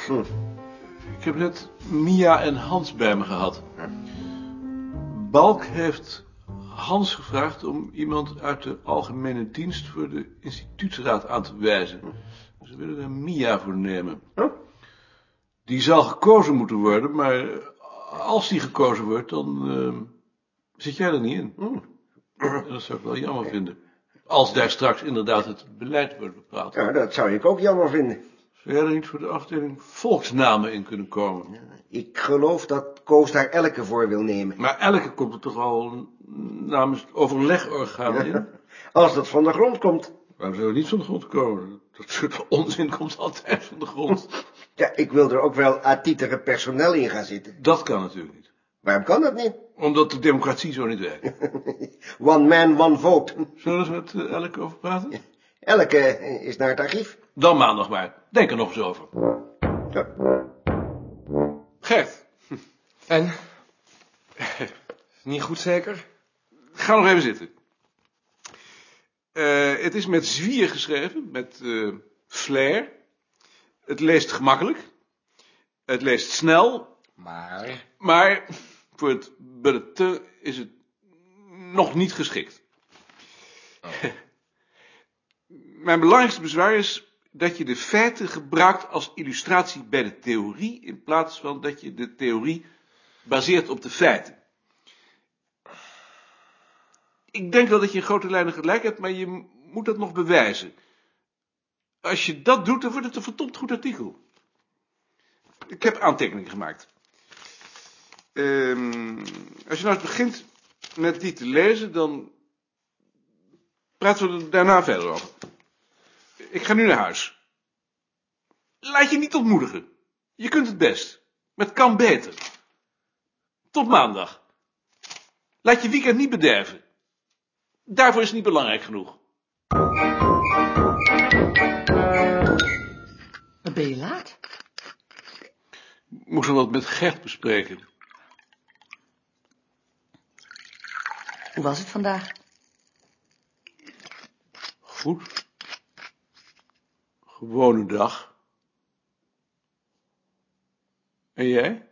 Ik heb net Mia en Hans bij me gehad. Balk heeft Hans gevraagd om iemand uit de algemene dienst voor de instituutsraad aan te wijzen. Ze willen er Mia voor nemen. Die zal gekozen moeten worden, maar als die gekozen wordt, dan zit jij er niet in. Dat zou ik wel jammer vinden. Als daar straks inderdaad het beleid wordt bepaald. Ja, dat zou ik ook jammer vinden. Zou jij er niet voor de afdeling volksnamen in kunnen komen? Ja, ik geloof dat Koos daar Elke voor wil nemen. Maar Elke komt er toch al namens het overlegorgaan in? Als dat van de grond komt. Waarom zou het niet van de grond komen? Dat soort onzin komt altijd van de grond. Ja, ik wil er ook wel atitere personeel in gaan zitten. Dat kan natuurlijk niet. Waarom kan dat niet? Omdat de democratie zo niet werkt. One man, one vote. Zullen we er eens met Elke over praten? Elke is naar het archief. Dan maandag maar. Denk er nog eens over. Ja. Gert, En? Niet goed zeker? ga nog even zitten. Het is met zwier geschreven, met flair. Het leest gemakkelijk. Het leest snel. Maar voor het bulletin is het nog niet geschikt. Mijn belangrijkste bezwaar is dat je de feiten gebruikt als illustratie bij de theorie, in plaats van dat je de theorie baseert op de feiten. Ik denk wel dat je in grote lijnen gelijk hebt, maar je moet dat nog bewijzen. Als je dat doet, dan wordt het een verdomd goed artikel. Ik heb aantekeningen gemaakt. Als je nou eens begint met die te lezen, dan praten we er daarna verder over. Ik ga nu naar huis. Laat je niet ontmoedigen. Je kunt het best. Maar het kan beter. Tot maandag. Laat je weekend niet bederven. Daarvoor is het niet belangrijk genoeg. Wat ben je laat? Ik moest nog wat met Gert bespreken. Hoe was het vandaag? Goed. Gewone dag. En jij?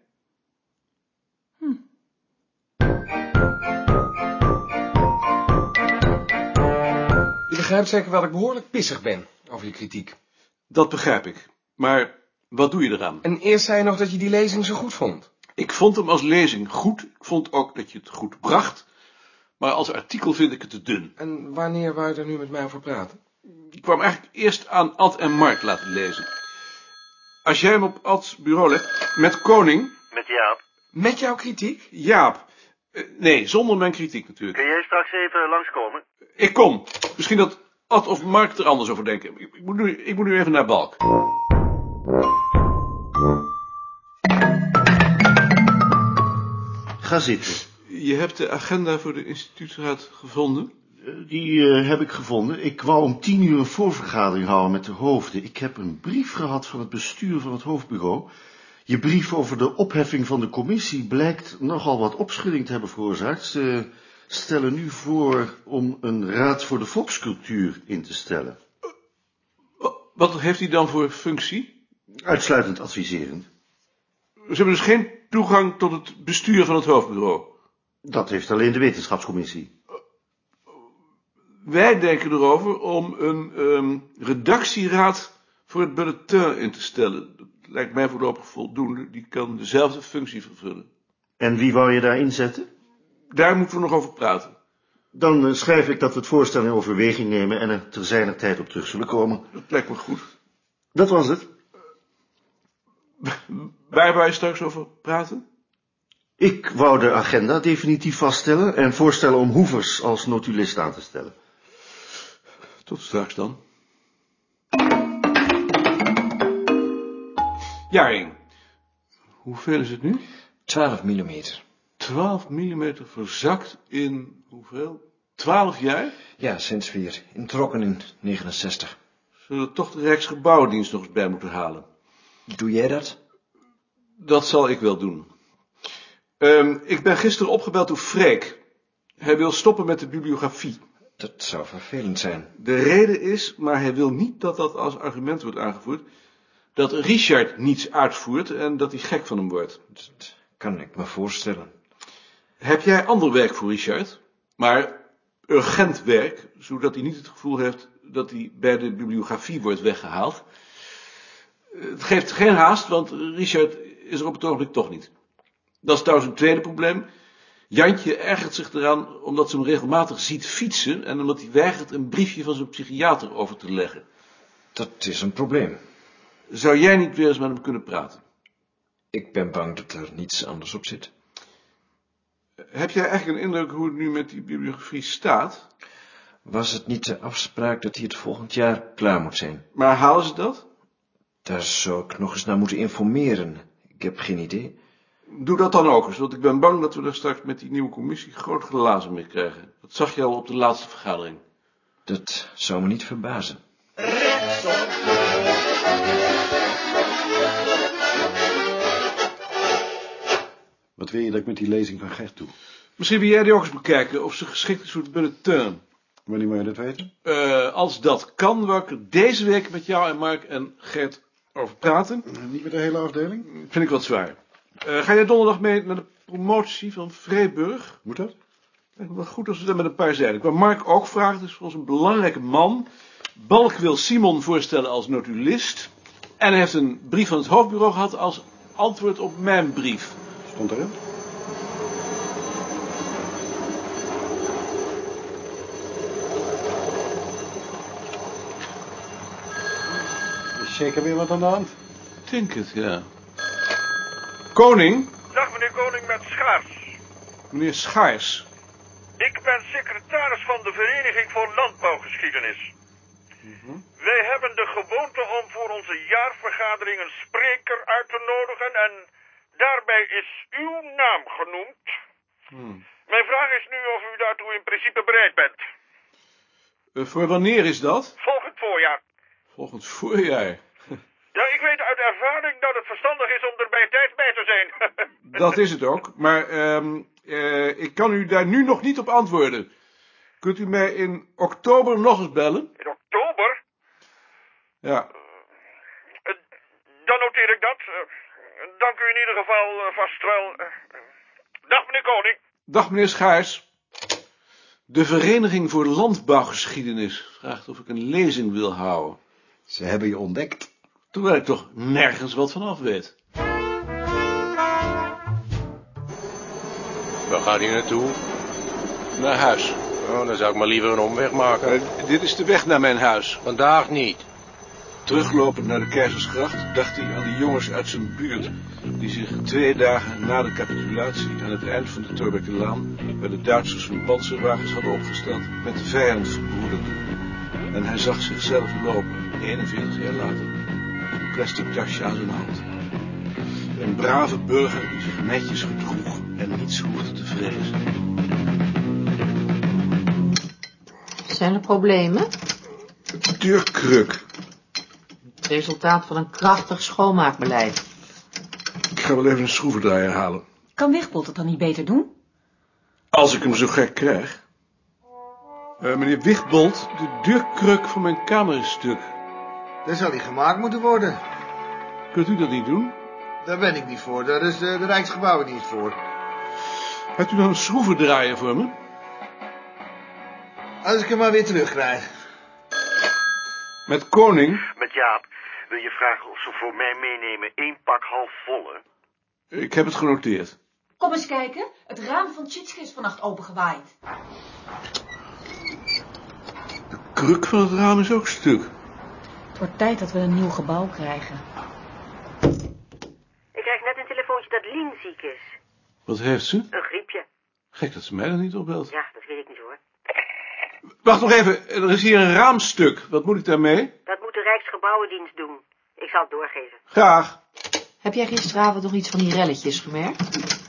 Je begrijpt zeker wel dat ik behoorlijk pissig ben over je kritiek. Dat begrijp ik. Maar wat doe je eraan? En eerst zei je nog dat je die lezing zo goed vond. Ik vond hem als lezing goed. Ik vond ook dat je het goed bracht. Maar als artikel vind ik het te dun. En wanneer wou je er nu met mij over praten? Ik kwam eigenlijk eerst aan Ad en Mark laten lezen. Als jij hem op Ads bureau legt, met Koning... Met Jaap. Met jouw kritiek? Jaap. Nee, zonder mijn kritiek natuurlijk. Kun jij straks even langskomen? Ik kom. Misschien dat Ad of Mark er anders over denken. Ik moet nu even naar Balk. Ga zitten. Je hebt de agenda voor de instituutsraad gevonden? Die heb ik gevonden. Ik wou om 10 uur een voorvergadering houden met de hoofden. Ik heb een brief gehad van het bestuur van het hoofdbureau. Je brief over de opheffing van de commissie blijkt nogal wat opschudding te hebben veroorzaakt. Ze stellen nu voor om een raad voor de volkscultuur in te stellen. Wat heeft hij dan voor functie? Uitsluitend adviserend. Ze hebben dus geen toegang tot het bestuur van het hoofdbureau. Dat heeft alleen de wetenschapscommissie. Wij denken erover om een redactieraad voor het bulletin in te stellen. Dat lijkt mij voorlopig voldoende. Die kan dezelfde functie vervullen. En wie wou je daar inzetten? Daar moeten we nog over praten. Dan schrijf ik dat we het voorstel in overweging nemen en er ter zijner tijd op terug zullen komen. Dat lijkt me goed. Dat was het. Waar wou je straks over praten? Ik wou de agenda definitief vaststellen en voorstellen om Hoevers als notulist aan te stellen. Tot straks dan. Jaring. Hoeveel is het nu? 12 millimeter. 12 millimeter verzakt in hoeveel? 12 jaar? Ja, sinds we hier introkken in 69. Zullen we toch de Rijksgebouwdienst nog eens bij moeten halen? Doe jij dat? Dat zal ik wel doen. Ik ben gisteren opgebeld door Freek. Hij wil stoppen met de bibliografie. Dat zou vervelend zijn. De reden is, maar hij wil niet dat dat als argument wordt aangevoerd, dat Richard niets uitvoert en dat hij gek van hem wordt. Dat kan ik me voorstellen. Heb jij ander werk voor Richard? Maar urgent werk, zodat hij niet het gevoel heeft dat hij bij de bibliografie wordt weggehaald. Het geeft geen haast, want Richard is er op het ogenblik toch niet. Dat is trouwens een tweede probleem. Jantje ergert zich eraan omdat ze hem regelmatig ziet fietsen en omdat hij weigert een briefje van zijn psychiater over te leggen. Dat is een probleem. Zou jij niet weer eens met hem kunnen praten? Ik ben bang dat er niets anders op zit. Heb jij eigenlijk een indruk hoe het nu met die bibliografie staat? Was het niet de afspraak dat hij het volgend jaar klaar moet zijn? Maar halen ze dat? Daar zou ik nog eens naar moeten informeren. Ik heb geen idee. Doe dat dan ook eens, want ik ben bang dat we er straks met die nieuwe commissie groot glazen mee krijgen. Dat zag je al op de laatste vergadering. Dat zou me niet verbazen. Wat wil je dat ik met die lezing van Gert doe? Misschien wil jij die ook eens bekijken of ze geschikt is voor het bulletin. Wanneer moet je dat weten? Als dat kan, wil ik er deze week met jou en Mark en Gert over praten. Niet met de hele afdeling? Vind ik wat zwaar. Ga jij donderdag mee naar de promotie van Vreeburg? Moet dat? Lijkt me wel goed als we dat met een paar zijn. Ik wil Mark ook vragen, het is voor ons een belangrijke man. Balk wil Simon voorstellen als notulist. En hij heeft een brief van het hoofdbureau gehad als antwoord op mijn brief. Stond erin? Is zeker weer wat aan de hand? Ik denk het, ja. Koning? Dag meneer Koning met Schaars. Meneer Schaars. Ik ben secretaris van de Vereniging voor Landbouwgeschiedenis. Wij hebben de gewoonte om voor onze jaarvergadering een spreker uit te nodigen en daarbij is uw naam genoemd. Mijn vraag is nu of u daartoe in principe bereid bent. Voor wanneer is dat? Volgend voorjaar. Volgend voorjaar. Ja, ik weet uit ervaring dat het verstandig is om er bij tijd bij te zijn. Dat is het ook, maar ik kan u daar nu nog niet op antwoorden. Kunt u mij in oktober nog eens bellen? In oktober? Ja. Dan noteer ik dat. Dank u in ieder geval vast wel. Dag meneer Koning. Dag meneer Schaars. De Vereniging voor Landbouwgeschiedenis vraagt of ik een lezing wil houden. Ze hebben je ontdekt. Terwijl ik toch nergens wat van af weet. Waar gaat hij naartoe? Naar huis. Oh, dan zou ik maar liever een omweg maken. Dit is de weg naar mijn huis. Vandaag niet. Teruglopend naar de Keizersgracht dacht hij aan de jongens uit zijn buurt, die zich 2 dagen na de capitulatie aan het eind van de Thorbeckelaan, waar de Duitsers hun panzerwagens hadden opgesteld, met de vijand verbroederden. En hij zag zichzelf lopen, 41 jaar later, een plastic tasje aan zijn hand. Een brave burger die zich netjes gedroeg en niets hoefde te vrezen. Zijn er problemen? Deurkruk. Het resultaat van een krachtig schoonmaakbeleid. Ik ga wel even een schroevendraaier halen. Kan Wigbold het dan niet beter doen? Als ik hem zo gek krijg. Meneer Wigbold, de deurkruk van mijn kamer is stuk. Dan zal die gemaakt moeten worden. Kunt u dat niet doen? Daar ben ik niet voor, daar is de Rijksgebouwendienst voor. Hebt u dan een schroevendraaier voor me? Als ik hem maar weer terugkrijg. Met Koning? Met Jaap. Wil je vragen of ze voor mij meenemen 1 pak halfvolle? Ik heb het genoteerd. Kom eens kijken. Het raam van Tjitske is vannacht opengewaaid. De kruk van het raam is ook stuk. Het wordt tijd dat we een nieuw gebouw krijgen. Ik krijg net een telefoontje dat Lien ziek is. Wat heeft ze? Een griepje. Gek dat ze mij dan niet opbelt. Ja, dat weet ik niet hoor. Wacht nog even, er is hier een raamstuk. Wat moet ik daarmee? Dat moet de Rijksgebouwendienst doen. Ik zal het doorgeven. Graag. Heb jij gisteravond nog iets van die relletjes gemerkt?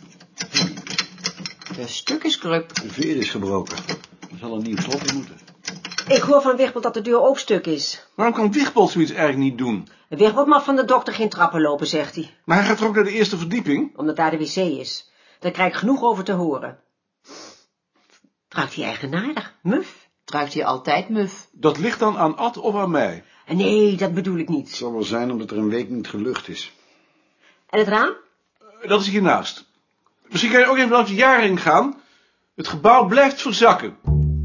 De stuk is kruk. De veer is gebroken. Er zal een nieuw slot in moeten. Ik hoor van Wigbold dat de deur ook stuk is. Waarom kan Wigbold zoiets eigenlijk niet doen? Wigbold mag van de dokter geen trappen lopen, zegt hij. Maar hij gaat er ook naar de eerste verdieping? Omdat daar de wc is. Daar krijg ik genoeg over te horen. Ruikt hij eigenaardig, muf. Ruikt hij altijd muf. Dat ligt dan aan Ad of aan mij? Nee, dat bedoel ik Het niet. zal wel zijn omdat er een week niet gelucht is. En het raam? Dat is hiernaast. Misschien kan je ook even langs de Jaring gaan. Het gebouw blijft verzakken.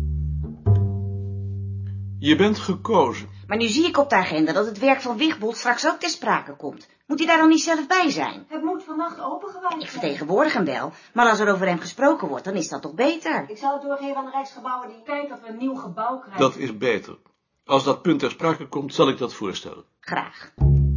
Je bent gekozen. Maar nu zie ik op de agenda dat het werk van Wigbold straks ook ter sprake komt. Moet hij daar dan niet zelf bij zijn? Het moet vannacht opengewaard zijn. Ik vertegenwoordig hem wel, maar als er over hem gesproken wordt, dan is dat toch beter? Ik zal het doorgeven aan de Rijksgebouwen. Kijk dat we een nieuw gebouw krijgen. Dat is beter. Als dat punt ter sprake komt, zal ik dat voorstellen. Graag.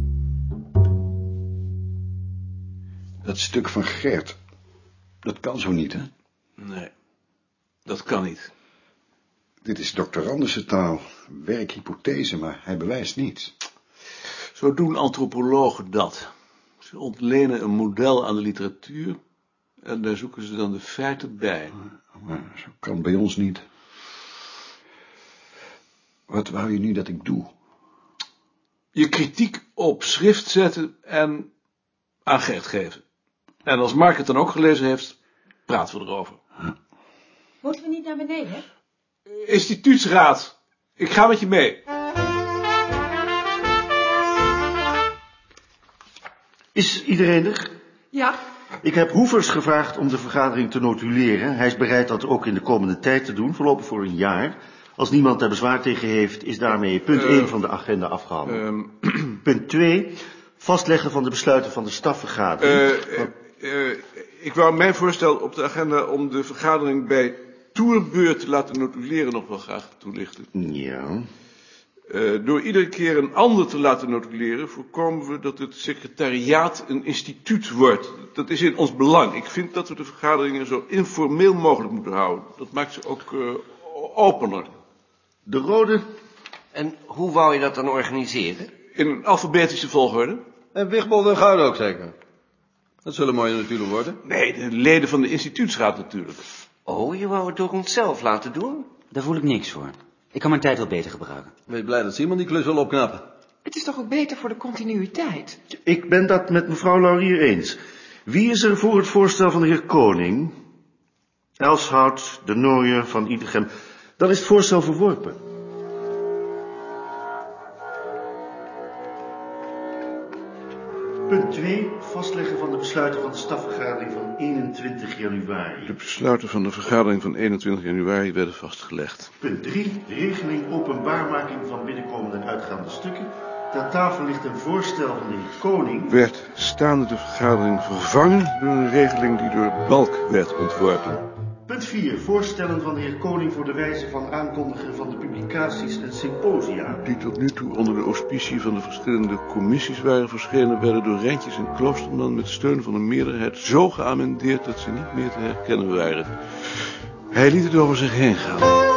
Dat stuk van Gert, dat kan zo niet, hè? Nee, dat kan niet. Dit is doctorandische taal, werkhypothese, maar hij bewijst niets. Zo doen antropologen dat. Ze ontlenen een model aan de literatuur en daar zoeken ze dan de feiten bij. Maar zo kan bij ons niet. Wat wou je nu dat ik doe? Je kritiek op schrift zetten en aan Gert geven. En als Mark het dan ook gelezen heeft, praten we erover. Moeten we niet naar beneden? Instituutsraad, ik ga met je mee. Is iedereen er? Ja. Ik heb Hoevers gevraagd om de vergadering te notuleren. Hij is bereid dat ook in de komende tijd te doen, voorlopig voor een jaar. Als niemand daar bezwaar tegen heeft, is daarmee punt 1 van de agenda afgehandeld. Punt 2, vastleggen van de besluiten van de stafvergadering. Ik wou mijn voorstel op de agenda om de vergadering bij toerbeurt te laten notuleren nog wel graag toelichten. Ja. Door iedere keer een ander te laten notuleren, voorkomen we dat het secretariaat een instituut wordt. Dat is in ons belang. Ik vind dat we de vergaderingen zo informeel mogelijk moeten houden. Dat maakt ze ook opener. De rode. En hoe wou je dat dan organiseren? In een alfabetische volgorde. En Wigbold en Gouden ook zeker? Dat zullen mooie natuurlijk worden. Nee, de leden van de instituutsraad natuurlijk. Oh, je wou het door onszelf laten doen? Daar voel ik niks voor. Ik kan mijn tijd wel beter gebruiken. Wees blij dat Simon die klus wil opknappen. Het is toch ook beter voor de continuïteit? Ik ben dat met mevrouw Laurier eens. Wie is er voor het voorstel van de heer Koning? Elshout, de Nooijer, Van Idegem. Dan is het voorstel verworpen. Punt 2, vastleggen van de besluiten van de stafvergadering van 21 januari. De besluiten van de vergadering van 21 januari werden vastgelegd. Punt 3, regeling openbaarmaking van binnenkomende en uitgaande stukken. Ter tafel ligt een voorstel van de heer Koning. Werd staande de vergadering vervangen door een regeling die door Balk werd ontworpen. Punt 4, voorstellen van de heer Koning voor de wijze van aankondigen van de publicaties en symposia. Die tot nu toe onder de auspicie van de verschillende commissies waren verschenen, werden door Rijntjes en Kloosterman met steun van een meerderheid zo geamendeerd dat ze niet meer te herkennen waren. Hij liet het over zich heen gaan.